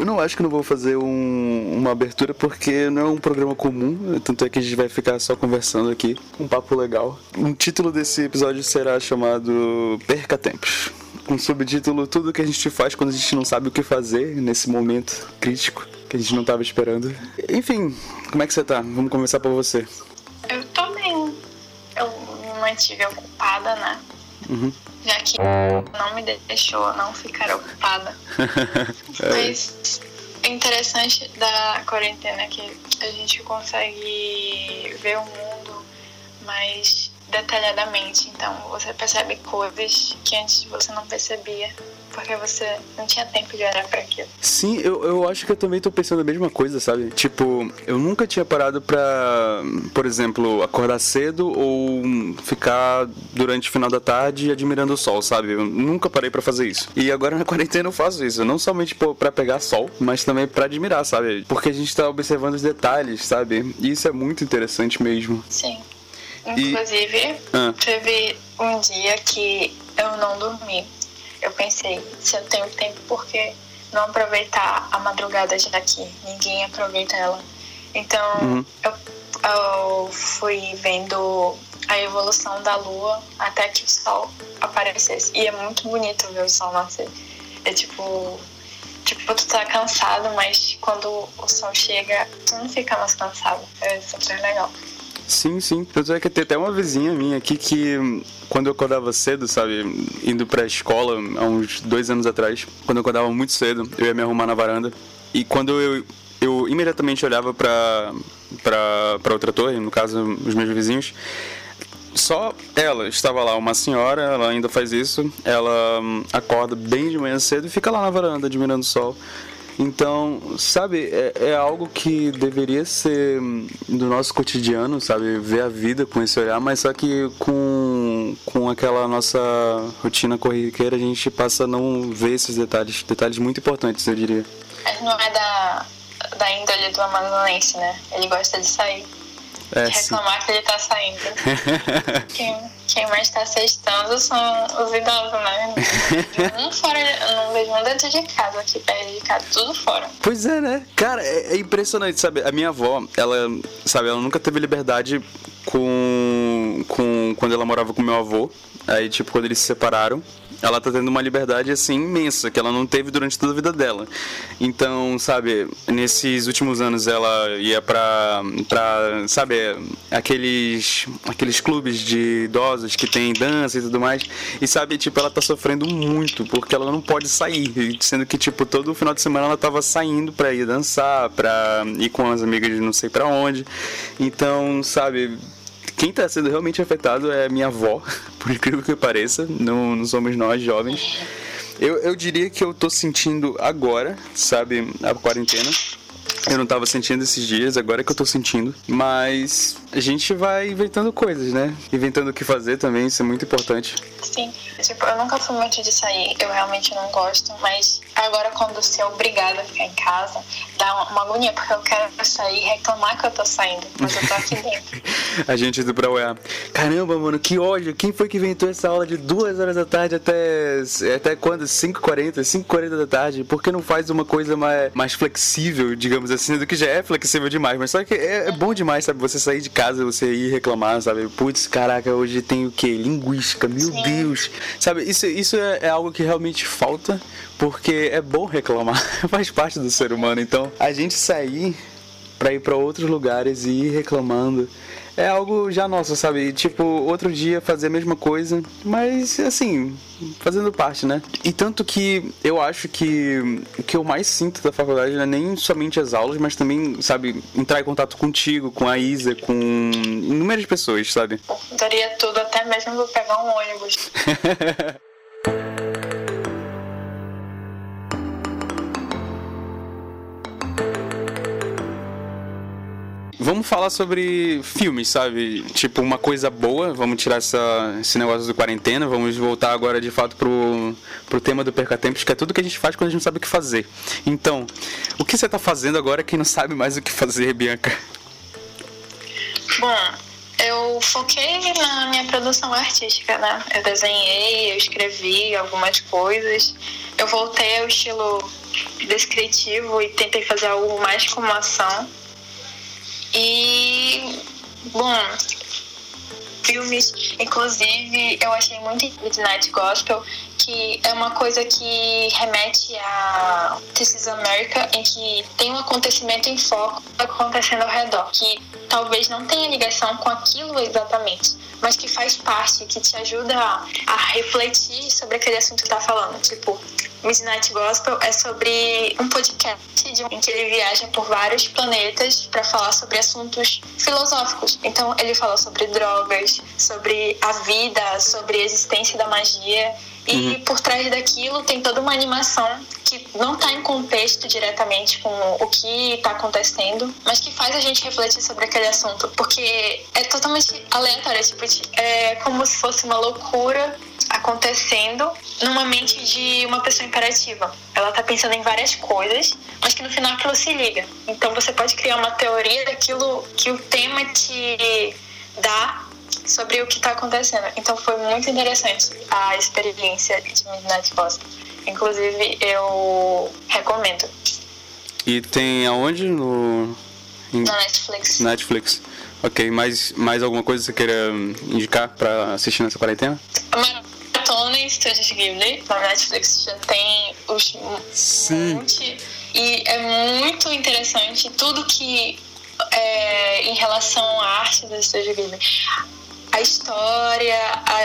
Eu não acho que não vou fazer uma abertura porque não é um programa comum, tanto é que a gente vai ficar só conversando aqui, um papo legal. O título desse episódio será chamado Perca Tempos. Com subtítulo Tudo que a gente faz quando a gente não sabe o que fazer nesse momento crítico que a gente não estava esperando. Enfim, como é que você tá? Vamos começar por você. Eu tô bem. Eu me mantive ocupada, né? Uhum. Já que não me deixou não ficar ocupada. Mas o interessante da quarentena é que a gente consegue ver o mundo mais detalhadamente. Então você percebe coisas que antes você não percebia, porque você não tinha tempo de olhar pra aquilo. Sim, eu acho que eu também tô pensando a mesma coisa, sabe? Tipo, eu nunca tinha parado pra, por exemplo, acordar cedo ou ficar durante o final da tarde admirando o sol, sabe? Eu nunca parei pra fazer isso. E agora na quarentena eu faço isso, não somente pra pegar sol, mas também pra admirar, sabe? Porque a gente tá observando os detalhes, sabe? E isso é muito interessante mesmo. Sim. Inclusive, teve um dia que eu não dormi. Eu pensei, se eu tenho tempo, por que não aproveitar a madrugada, já que ninguém aproveita ela? Então, eu fui vendo a evolução da lua até que o sol aparecesse. E é muito bonito ver o sol nascer. É tipo, tu tá cansado, mas quando o sol chega, tu não fica mais cansado. É super legal. Sim, sim. Tanto é que tem até uma vizinha minha aqui que, quando eu acordava cedo, sabe, indo pra escola, há uns 2 anos atrás, quando eu acordava muito cedo, eu ia me arrumar na varanda, e quando eu imediatamente olhava pra outra torre, no caso, os meus vizinhos, só ela estava lá, uma senhora, ela ainda faz isso, ela acorda bem de manhã cedo e fica lá na varanda, admirando o sol. Então, sabe, é algo que deveria ser do nosso cotidiano, sabe, ver a vida com esse olhar, mas só que com aquela nossa rotina corriqueira a gente passa a não ver esses detalhes muito importantes, eu diria. Não é da índole do amazonense, né? Ele gosta de sair. De reclamar sim. Que ele tá saindo. Quem mais tá sextando são os idosos, né? Não vejo um dentro de casa, aqui perto de casa, tudo fora. Pois é, né? Cara, é impressionante, sabe? A minha avó, ela nunca teve liberdade quando ela morava com meu avô. Aí, tipo, quando eles se separaram, ela tá tendo uma liberdade, assim, imensa, que ela não teve durante toda a vida dela. Então, sabe, nesses últimos anos ela ia pra sabe, aqueles clubes de idosos que tem dança e tudo mais. E, sabe, tipo, ela tá sofrendo muito, porque ela não pode sair. Sendo que, tipo, todo final de semana ela tava saindo pra ir dançar, pra ir com as amigas de não sei pra onde. Então, sabe, quem está sendo realmente afetado é minha avó, por incrível que pareça, não somos nós jovens. Eu diria que eu tô sentindo agora, sabe, a quarentena. Eu não tava sentindo esses dias, agora que eu tô sentindo. Mas a gente vai inventando coisas, né? Inventando o que fazer também, isso é muito importante. Sim, tipo, eu nunca fui muito de sair, eu realmente não gosto, mas agora quando você é obrigada a ficar em casa, dá uma agonia, porque eu quero sair e reclamar que eu tô saindo, mas eu tô aqui dentro. A gente indo pra UEA. Caramba, mano, que ódio, quem foi que inventou essa aula de 2 horas da tarde até quando? 5h40 da tarde? Por que não faz uma coisa mais flexível, digamos assim, do que já é flexível demais, mas só que é bom demais, sabe, você sair de casa, você ir reclamar, sabe, putz, caraca, hoje tem o quê? Linguística, meu Sim. Deus, sabe, isso é algo que realmente falta, porque é bom reclamar, faz parte do ser humano, então a gente sair pra ir pra outros lugares e ir reclamando é algo já nosso, sabe? Tipo, outro dia fazer a mesma coisa, mas assim, fazendo parte, né? E tanto que eu acho que o que eu mais sinto da faculdade não é nem somente as aulas, mas também, sabe, entrar em contato contigo, com a Isa, com inúmeras pessoas, sabe? Daria tudo, até mesmo vou pegar um ônibus. Vamos falar sobre filmes, sabe? Tipo, uma coisa boa, vamos tirar esse negócio do quarentena, vamos voltar agora de fato pro tema do Perca Tempos, que é tudo que a gente faz quando a gente não sabe o que fazer. Então, o que você tá fazendo agora que não sabe mais o que fazer, Bianca? Bom, eu foquei na minha produção artística, né? Eu desenhei, eu escrevi algumas coisas. Eu voltei ao estilo descritivo e tentei fazer algo mais como ação. E, bom, filmes, inclusive, eu achei muito Midnight Gospel, que é uma coisa que remete a This is America, em que tem um acontecimento em foco acontecendo ao redor, que talvez não tenha ligação com aquilo exatamente, mas que faz parte, que te ajuda a refletir sobre aquele assunto que tá falando. Tipo, Midnight Gospel é sobre um podcast em que ele viaja por vários planetas para falar sobre assuntos filosóficos. Então ele fala sobre drogas, sobre a vida, sobre a existência da magia. E por trás daquilo tem toda uma animação que não está em contexto diretamente com o que está acontecendo, mas que faz a gente refletir sobre aquele assunto, porque é totalmente aleatório, tipo, é como se fosse uma loucura acontecendo numa mente de uma pessoa imperativa. Ela tá pensando em várias coisas, mas que no final aquilo se liga. Então você pode criar uma teoria daquilo que o tema te dá sobre o que está acontecendo. Então foi muito interessante a experiência de Midnight Gospel. Inclusive eu recomendo. E tem aonde? Na Netflix. Netflix. Ok, mais alguma coisa que você queira indicar para assistir nessa quarentena? Maratona em Estúdios Ghibli. Na Netflix já tem os monte. E é muito interessante tudo que em relação à arte do Estúdio Ghibli. A história,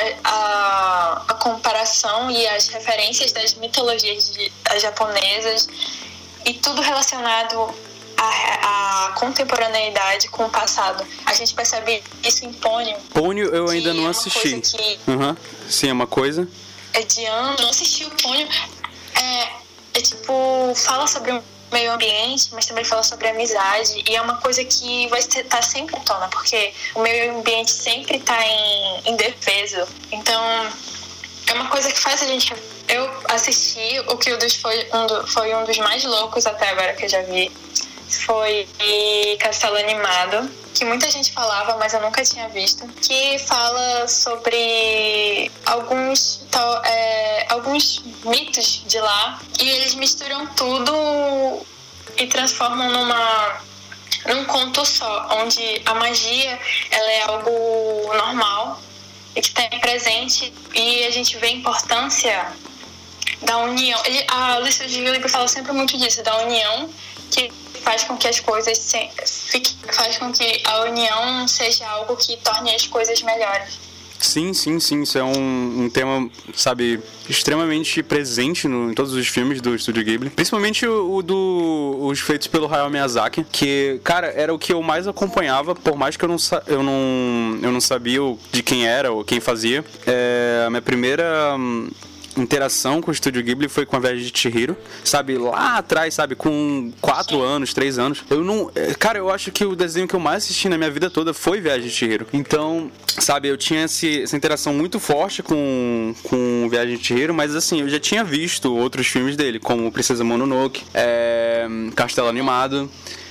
a comparação e as referências das mitologias japonesas e tudo relacionado à contemporaneidade com o passado. A gente percebe isso em Ponyo. Ponyo eu ainda não assisti. Sim, é uma coisa. É de ano, não assisti o Ponyo. É tipo, fala sobre o meio ambiente, mas também fala sobre amizade, e é uma coisa que vai estar sempre à tona, porque o meio ambiente sempre está em defesa. Então é uma coisa que faz a gente... Eu assisti o Kyudos foi um dos mais loucos até agora que eu já vi. Foi Castelo Animado, que muita gente falava, mas eu nunca tinha visto, que fala sobre alguns mitos de lá, e eles misturam tudo e transformam num conto só, onde a magia ela é algo normal e que está presente, e a gente vê a importância da união. A Estúdio Ghibli fala sempre muito disso, da união, que faz com que as coisas faz com que a união seja algo que torne as coisas melhores. Sim, isso é um tema, sabe, extremamente presente em todos os filmes do Estúdio Ghibli, principalmente os feitos pelo Hayao Miyazaki, que, cara, era o que eu mais acompanhava, por mais que eu não sabia de quem era ou quem fazia. A minha primeira interação com o Estúdio Ghibli foi com a Viagem de Chihiro, sabe, lá atrás, sabe, com 4 anos, 3 anos. Cara, eu acho que o desenho que eu mais assisti na minha vida toda foi Viagem de Chihiro. Então, sabe, eu tinha essa interação muito forte com Viagem de Chihiro, mas assim, eu já tinha visto outros filmes dele, como Princesa Mononoke, Castelo Animado,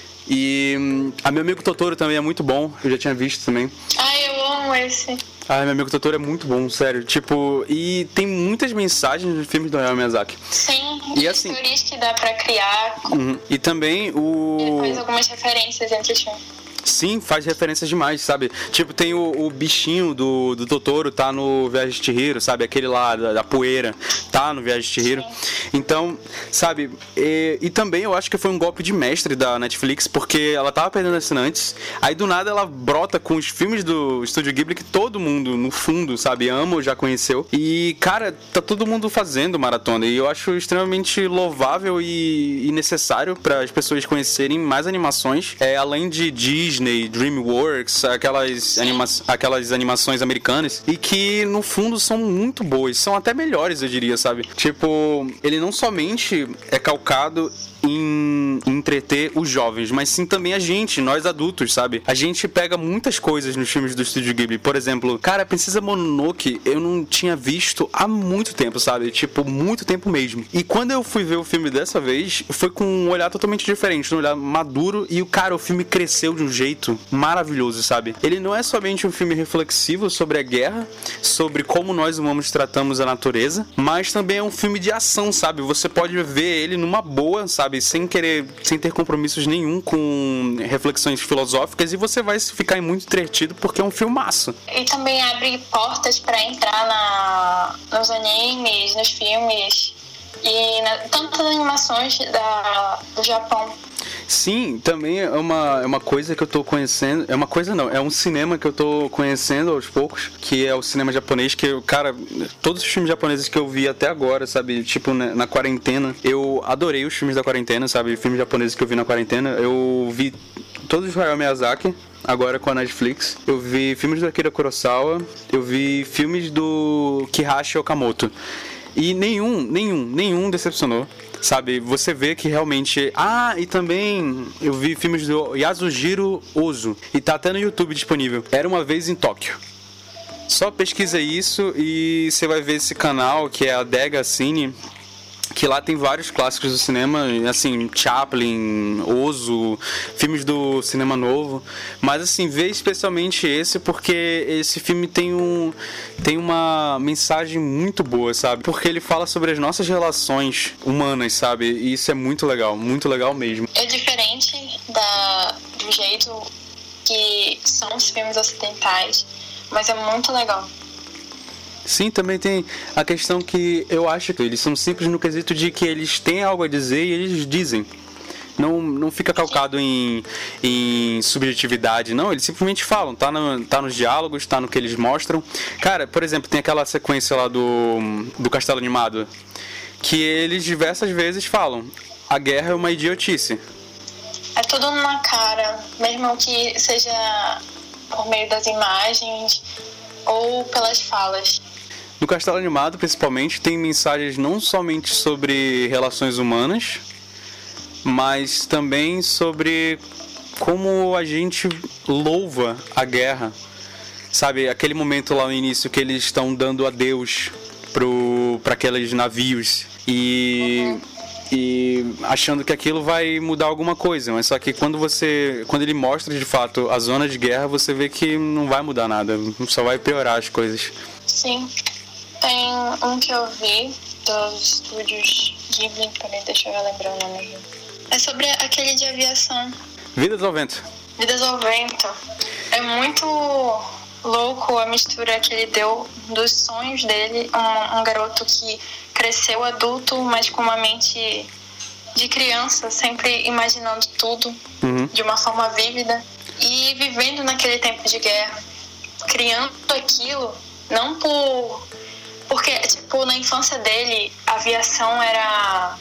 e a Meu Amigo Totoro também é muito bom, eu já tinha visto também. Eu amo esse. Meu Amigo Totoro é muito bom, sério. Tipo, e tem muitas mensagens nos filmes do Hayao Miyazaki. Sim, e assim, histórias que dá pra criar. E também Ele faz algumas referências entre os filmes. Sim, faz referências demais, sabe? Tipo, tem o bichinho do Totoro, tá no Viagem de Chihiro, sabe? Aquele lá da poeira, tá no Viagem de Chihiro. Sim. Então, sabe? E também eu acho que foi um golpe de mestre da Netflix, porque ela tava perdendo assinantes, aí do nada ela brota com os filmes do Estúdio Ghibli que todo mundo, no fundo, sabe? Ama ou já conheceu. E, cara, tá todo mundo fazendo maratona, e eu acho extremamente louvável e necessário para as pessoas conhecerem mais animações, além de Disney, DreamWorks, aquelas animações americanas, e que no fundo são muito boas, são até melhores, eu diria, sabe? Tipo, ele não somente é calcado em entreter os jovens, mas sim também a gente, nós adultos, sabe? A gente pega muitas coisas nos filmes do Estúdio Ghibli. Por exemplo, cara, Princesa Mononoke eu não tinha visto há muito tempo, sabe? Tipo, muito tempo mesmo. E quando eu fui ver o filme dessa vez, foi com um olhar totalmente diferente, um olhar maduro, e o filme cresceu de um jeito maravilhoso, sabe? Ele não é somente um filme reflexivo sobre a guerra, sobre como nós humanos tratamos a natureza, mas também é um filme de ação, sabe? Você pode ver ele numa boa, sabe? Sem ter compromissos nenhum com reflexões filosóficas, e você vai ficar muito entretido porque é um filmaço. E também abre portas para entrar nos animes, nos filmes e tantas animações do Japão. Sim, também é uma coisa que eu tô conhecendo. É uma coisa não, é um cinema que eu tô conhecendo aos poucos, que é o cinema japonês, que, cara, todos os filmes japoneses que eu vi até agora, sabe, tipo, na quarentena, eu adorei os filmes da quarentena, sabe, filmes japoneses que eu vi na quarentena. Eu vi todos os Hayao Miyazaki, agora com a Netflix. Eu vi filmes do Akira Kurosawa, eu vi filmes do Kihashi Okamoto. E nenhum decepcionou, sabe? Você vê que realmente... e também eu vi filmes do Yasujiro Ozu, e tá até no YouTube disponível. Era Uma Vez em Tóquio. Só pesquisa isso e você vai ver esse canal, que é a Dega Cine, que lá tem vários clássicos do cinema, assim, Chaplin, Ozu, filmes do cinema novo. Mas, assim, vê especialmente esse, porque esse filme tem uma mensagem muito boa, sabe? Porque ele fala sobre as nossas relações humanas, sabe? E isso é muito legal mesmo. É diferente do jeito que são os filmes ocidentais, mas é muito legal. Sim, também tem a questão que eu acho que eles são simples no quesito de que eles têm algo a dizer e eles dizem. Não fica calcado em subjetividade, não. Eles simplesmente falam, tá nos diálogos, tá no que eles mostram. Cara, por exemplo, tem aquela sequência lá do Castelo Animado, que eles diversas vezes falam: a guerra é uma idiotice. É tudo na cara, mesmo que seja por meio das imagens ou pelas falas. No Castelo Animado, principalmente, tem mensagens não somente sobre relações humanas, mas também sobre como a gente louva a guerra. Sabe, aquele momento lá no início que eles estão dando adeus para aqueles navios e achando que aquilo vai mudar alguma coisa, mas só que quando ele mostra de fato a zona de guerra, você vê que não vai mudar nada, só vai piorar as coisas. Sim, tem um que eu vi dos estúdios Ghibli, peraí, deixa eu lembrar o nome aqui. É sobre aquele de aviação. Vidas ao Vento. Vidas ao Vento. É muito louco a mistura que ele deu dos sonhos dele, um garoto que cresceu adulto, mas com uma mente de criança, sempre imaginando tudo de uma forma vívida, e vivendo naquele tempo de guerra, criando aquilo, não porque, tipo, na infância dele, a aviação era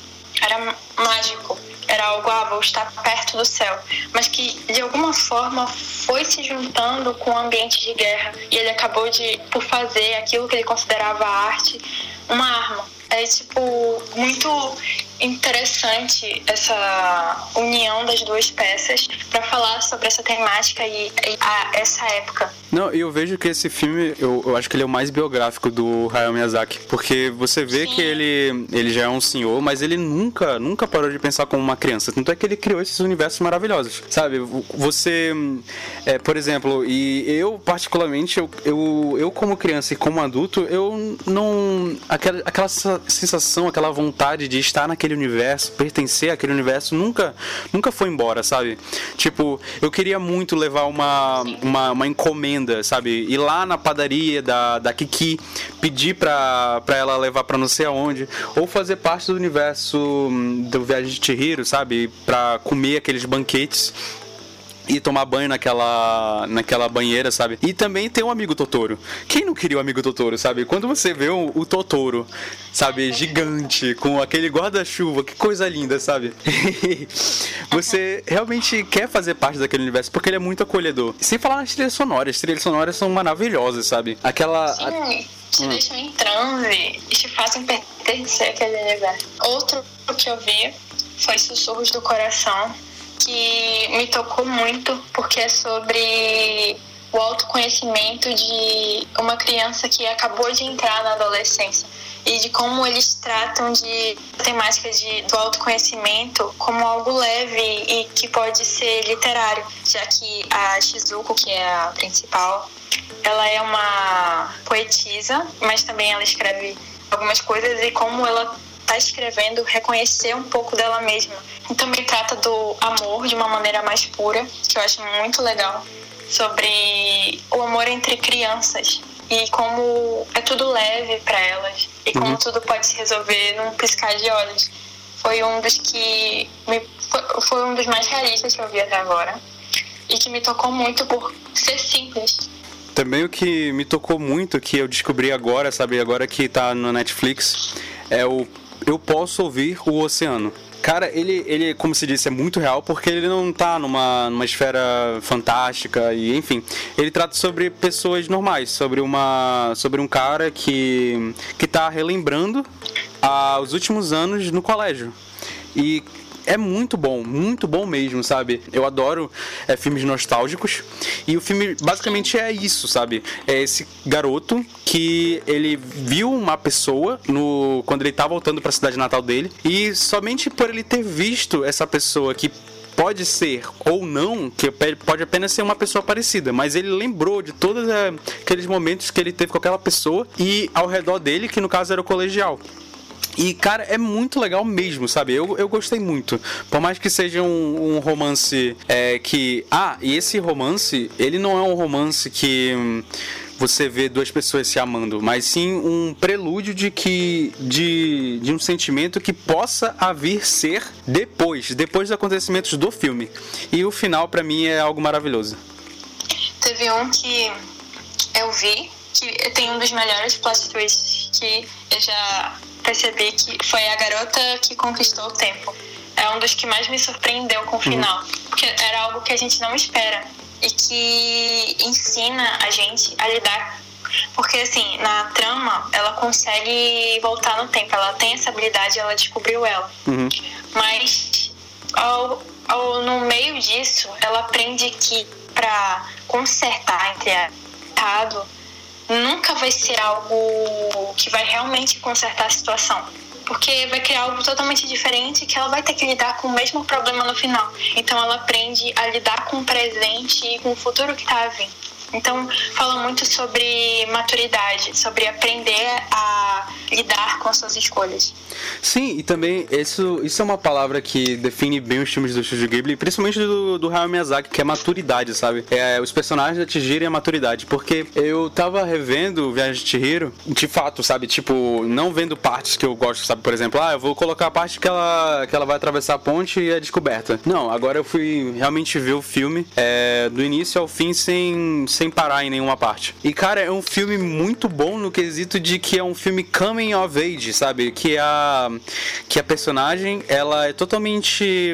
mágico, era algo, vou estar perto do céu, mas que de alguma forma foi se juntando com o ambiente de guerra, e ele acabou por fazer aquilo que ele considerava arte uma arma. É, tipo, muito interessante essa união das duas peças para falar sobre essa temática e essa época. Não, eu vejo que esse filme, eu acho que ele é o mais biográfico do Hayao Miyazaki, porque você vê que ele já é um senhor, mas ele nunca parou de pensar como uma criança. Tanto é que ele criou esses universos maravilhosos, sabe? Você, por exemplo, e eu particularmente, eu como criança e como adulto, eu não... Aquela sensação, aquela vontade de estar naquele universo, pertencer àquele universo, nunca foi embora, sabe? Tipo, eu queria muito levar uma encomenda, sabe? Ir lá na padaria da Kiki, pedir pra ela levar pra não sei aonde, ou fazer parte do universo do Viagem de Chihiro, sabe? Pra comer aqueles banquetes e tomar banho naquela banheira, sabe? E também tem o Amigo Totoro. Quem não queria o Amigo Totoro, sabe? Quando você vê o Totoro, sabe? Gigante, com aquele guarda-chuva, que coisa linda, sabe? Você realmente quer fazer parte daquele universo, porque ele é muito acolhedor. Sem falar nas trilhas sonoras. As trilhas sonoras são maravilhosas, sabe? Sim, te deixam em transe e te fazem pertencer àquele universo. Outro que eu vi foi Sussurros do Coração, que me tocou muito, porque é sobre o autoconhecimento de uma criança que acabou de entrar na adolescência e de como eles tratam de temática do autoconhecimento como algo leve e que pode ser literário, já que a Shizuko, que é a principal, ela é uma poetisa, mas também ela escreve algumas coisas, e como ela está escrevendo, reconhecer um pouco dela mesma. E também trata do amor de uma maneira mais pura, que eu acho muito legal, sobre o amor entre crianças e como é tudo leve para elas e como tudo pode se resolver num piscar de olhos. Foi um dos mais realistas que eu vi até agora e que me tocou muito por ser simples. Também o que me tocou muito, que eu descobri agora, sabe, agora que tá no Netflix, é o Eu Posso Ouvir o Oceano. Cara, ele, como se disse, é muito real, porque ele não tá numa esfera fantástica e, enfim, ele trata sobre pessoas normais, sobre um cara que tá relembrando os últimos anos no colégio. E é muito bom mesmo, sabe? Eu adoro filmes nostálgicos. E o filme basicamente é isso, sabe? É esse garoto que ele viu uma pessoa quando ele tá voltando pra cidade natal dele. E somente por ele ter visto essa pessoa que pode ser ou não, que pode apenas ser uma pessoa parecida, mas ele lembrou de todos aqueles momentos que ele teve com aquela pessoa e ao redor dele, que no caso era o colegial. E, cara, é muito legal mesmo, sabe? Eu gostei muito. Por mais que seja um romance e esse romance, ele não é um romance que você vê duas pessoas se amando, mas sim um prelúdio de um sentimento que possa vir ser depois dos acontecimentos do filme. E o final, pra mim, é algo maravilhoso. Teve um que eu vi, que tem um dos melhores plot twists que eu já percebi, que foi A Garota que Conquistou o Tempo. É um dos que mais me surpreendeu com o final, porque era algo que a gente não espera e que ensina a gente a lidar, porque assim, na trama ela consegue voltar no tempo, ela tem essa habilidade, ela descobriu ela, mas no meio disso ela aprende que para consertar errado nunca vai ser algo que vai realmente consertar a situação, porque vai criar algo totalmente diferente que ela vai ter que lidar com o mesmo problema no final. Então ela aprende a lidar com o presente e com o futuro que está a vir. Então fala muito sobre maturidade, sobre aprender a lidar com as suas escolhas. Sim, e também isso é uma palavra que define bem os filmes do Studio Ghibli, principalmente do Hayao Miyazaki, que é maturidade, sabe? Os personagens atingirem a maturidade, porque eu tava revendo Viagem de Chihiro, de fato, sabe? Tipo, não vendo partes que eu gosto, sabe? Por exemplo, eu vou colocar a parte que ela vai atravessar a ponte e é descoberta. Não, agora eu fui realmente ver o filme do início ao fim sem parar em nenhuma parte. E, cara, é um filme muito bom no quesito de que é um filme coming of age, sabe? Que a personagem, ela é totalmente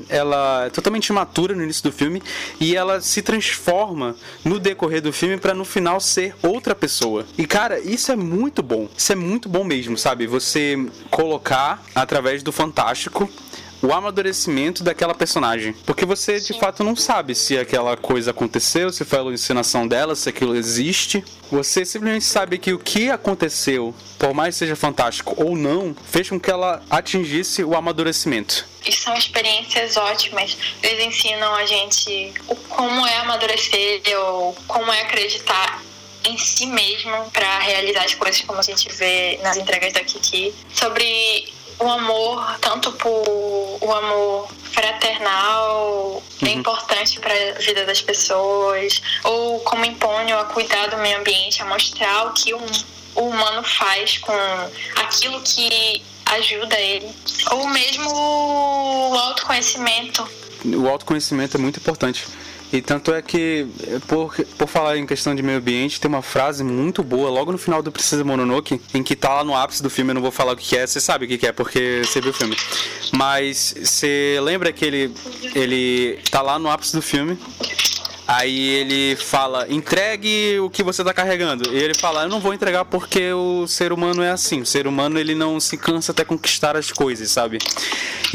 matura no início do filme e ela se transforma no decorrer do filme pra no final ser outra pessoa. E, cara, isso é muito bom. Isso é muito bom mesmo, sabe? Você colocar, através do fantástico, o amadurecimento daquela personagem. Porque você, de fato, não sabe se aquela coisa aconteceu, se foi a alucinação dela, se aquilo existe. Você simplesmente sabe que o que aconteceu, por mais que seja fantástico ou não, fez com que ela atingisse o amadurecimento. E são experiências ótimas. Eles ensinam a gente como é amadurecer ou como é acreditar em si mesmo para realizar as coisas, como a gente vê nas entregas da Kiki. Sobre o amor, tanto por o amor fraternal, é importante para a vida das pessoas, ou como empenho a cuidar do meio ambiente, a mostrar o que o humano faz com aquilo que ajuda ele, ou mesmo o autoconhecimento. O autoconhecimento é muito importante. E tanto é que, por falar em questão de meio ambiente, tem uma frase muito boa logo no final do Princesa Mononoke, em que tá lá no ápice do filme. Eu não vou falar o que é, você sabe o que é, porque você viu o filme. Mas você lembra que ele tá lá no ápice do filme, aí ele fala, entregue o que você tá carregando. E ele fala, eu não vou entregar porque o ser humano é assim. O ser humano, ele não se cansa até conquistar as coisas, sabe?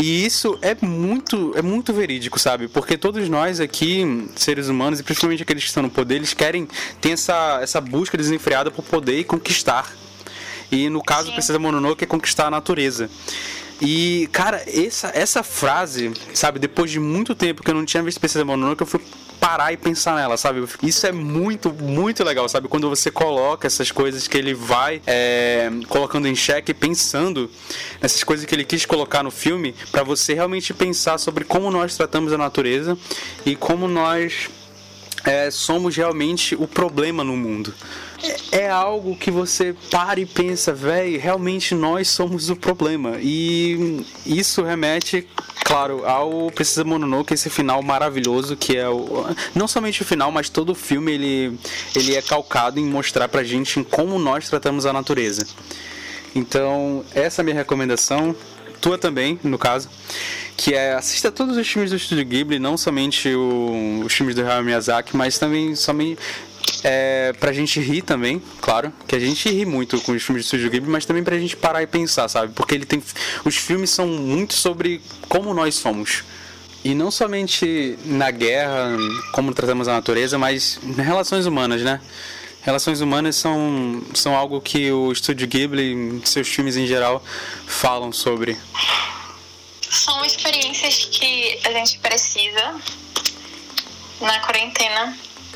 E isso é muito verídico, sabe? Porque todos nós aqui, seres humanos, e principalmente aqueles que estão no poder, eles querem ter essa busca desenfreada por poder e conquistar. E no caso do Princesa Mononoke é conquistar a natureza. E, cara, essa frase, sabe, depois de muito tempo que eu não tinha visto Princesa Mononoke, eu fui parar e pensar nela, sabe? Isso é muito legal, sabe? Quando você coloca essas coisas que ele vai colocando em xeque, pensando nessas coisas que ele quis colocar no filme, pra você realmente pensar sobre como nós tratamos a natureza e como nós somos realmente o problema no mundo. É algo que você para e pensa, velho, realmente nós somos o problema. E isso remete, claro, ao Princesa Mononoke, esse final maravilhoso que é não somente o final, mas todo o filme ele é calcado em mostrar pra gente em como nós tratamos a natureza. Então, essa é a minha recomendação, tua também, no caso, que é assista todos os filmes do Estúdio Ghibli, não somente os filmes do Hayao Miyazaki, mas também pra gente rir também, claro, que a gente ri muito com os filmes do Estúdio Ghibli, mas também pra gente parar e pensar, sabe? Porque os filmes são muito sobre como nós somos. E não somente na guerra, como tratamos a natureza, mas em relações humanas, né? Relações humanas são algo que o Estúdio Ghibli, seus filmes em geral, falam sobre. São experiências que a gente precisa na quarentena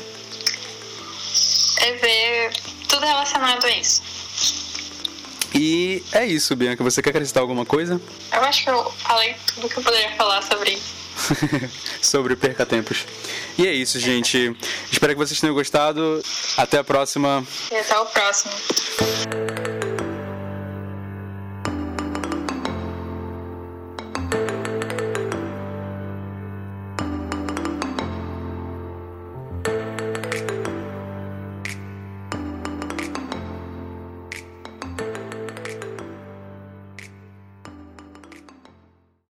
ver tudo relacionado a isso. E é isso, Bianca. Você quer acrescentar alguma coisa? Eu acho que eu falei tudo que eu poderia falar sobre isso. Sobre o Percatempos. E é isso, gente. Espero que vocês tenham gostado. Até a próxima. E até o próximo.